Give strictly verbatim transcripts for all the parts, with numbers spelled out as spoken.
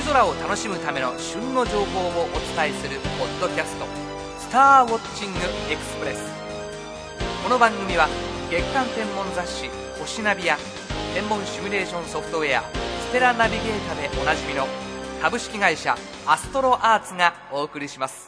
空を楽しむための旬の情報をお伝えするポッドキャスト、スターウォッチングエクスプレス。この番組は月間天文雑誌星ナビや天文シミュレーションソフトウェアステラナビゲータでおなじみの株式会社アストロアーツがお送りします。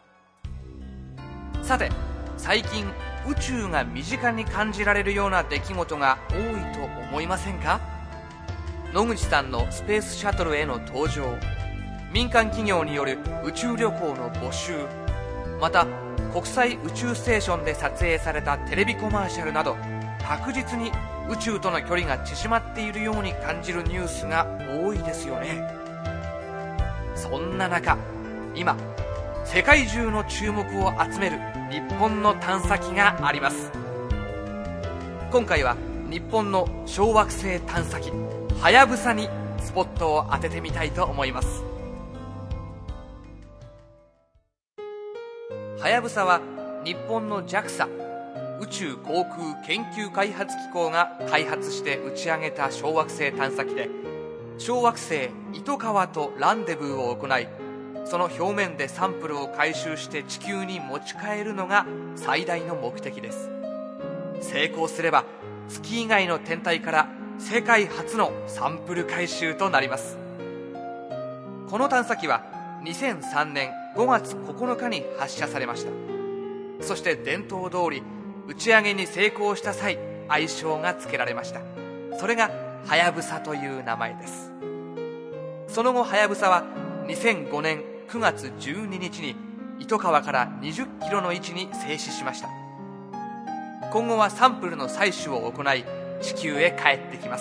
さて、最近宇宙が身近に感じられるような出来事が多いと思いませんか？野口さんのスペースシャトルへの登場、民間企業による宇宙旅行の募集、また国際宇宙ステーションで撮影されたテレビコマーシャルなど、確実に宇宙との距離が縮まっているように感じるニュースが多いですよね。そんな中、今世界中の注目を集める日本の探査機があります。今回は日本の小惑星探査機はやぶさにスポットを当ててみたいと思います。はやぶさは日本の ジャクサ 宇宙航空研究開発機構が開発して打ち上げた小惑星探査機で、小惑星糸川とランデブーを行い、その表面でサンプルを回収して地球に持ち帰るのが最大の目的です。成功すれば月以外の天体から世界初のサンプル回収となります。この探査機はにせんさんねんごがつここのかに発射されました。そして伝統通り打ち上げに成功した際、愛称が付けられました。それがはやぶさという名前です。その後はやぶさはにせんごねんくがつじゅうににちに糸川からにじゅっキロの位置に静止しました。今後はサンプルの採取を行い、地球へ帰ってきます。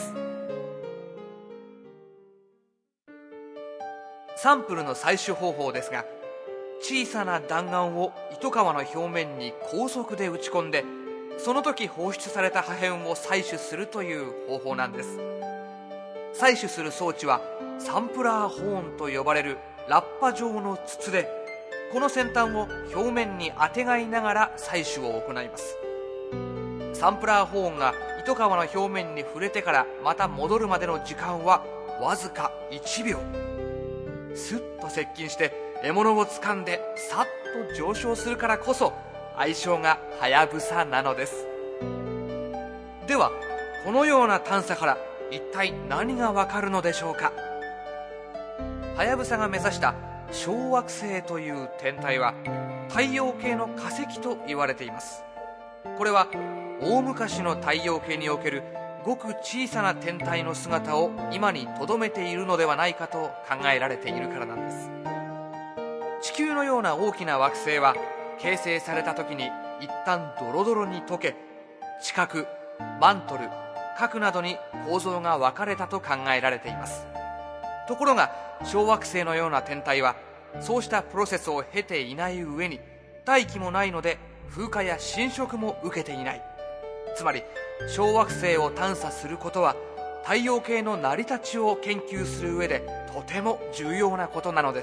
サンプルの採取方法ですが、小さな弾丸を糸川の表面に高速で打ち込んで、その時放出された破片を採取するという方法なんです。採取する装置はサンプラーホーンと呼ばれるラッパ状の筒で、この先端を表面にあてがいながら採取を行います。サンプラーホーンが糸川の表面に触れてからまた戻るまでの時間はわずかいちびょう。スッと接近して獲物を掴んでさっと上昇するからこそ愛称がはやぶさなのです。ではこのような探査から一体何がわかるのでしょうか。はやぶさが目指した小惑星という天体は太陽系の化石と言われています。これは大昔の太陽系におけるごく小さな天体の姿を今に留めているのではないかと考えられているからなんです。地球のような大きな惑星は形成された時に一旦ドロドロに溶け、地殻、マントル、核などに構造が分かれたと考えられています。ところが小惑星のような天体はそうしたプロセスを経ていない上に、大気もないので風化や侵食も受けていない。つまり小惑星を探査することは太陽系の成り立ちを研究する上でとても重要なことなのです。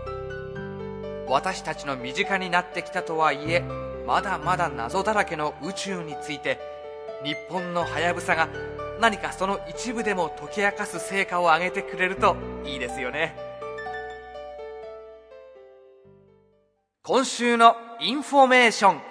私たちの身近になってきたとはいえ、まだまだ謎だらけの宇宙について、日本のはやぶさが何かその一部でも解き明かす成果を上げてくれるといいですよね。今週のインフォメーション。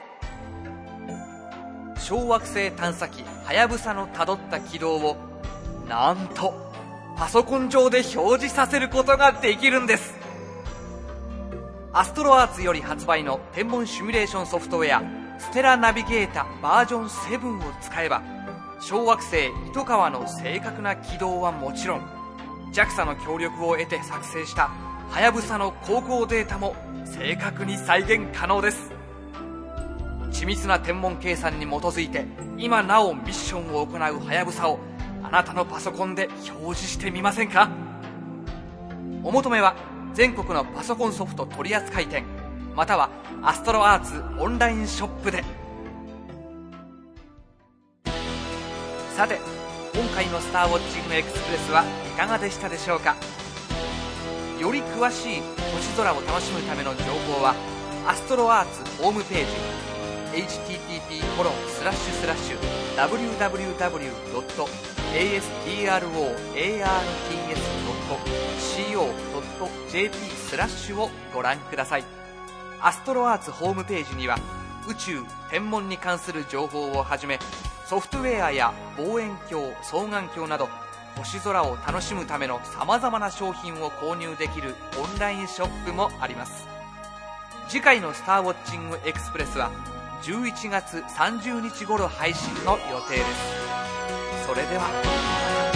小惑星探査機はやぶさのたどった軌道をなんとパソコン上で表示させることができるんです。アストロアーツより発売の天文シミュレーションソフトウェアステラナビゲータバージョンセブンを使えば、小惑星糸川の正確な軌道はもちろん、 ジャクサ の協力を得て作成したはやぶさの航行データも正確に再現可能です。緻密な天文計算に基づいて今なおミッションを行うはやぶさをあなたのパソコンで表示してみませんか。お求めは全国のパソコンソフト取扱店、またはアストロアーツオンラインショップで。さて、今回のスターウォッチングエクスプレスはいかがでしたでしょうか。より詳しい星空を楽しむための情報はアストロアーツホームページエイチティーティーピーコロンスラッシュスラッシュダブリューダブリューダブリュードットエーエストロアールティーエスドットシーオードットジェーピースラッシュをご覧ください。アストロアーツホームページには宇宙天文に関する情報をはじめ、ソフトウェアや望遠鏡、双眼鏡など星空を楽しむためのさまざまな商品を購入できるオンラインショップもあります。次回のスターウォッチングエクスプレスはじゅういちがつさんじゅうにち頃配信の予定です。それではまた。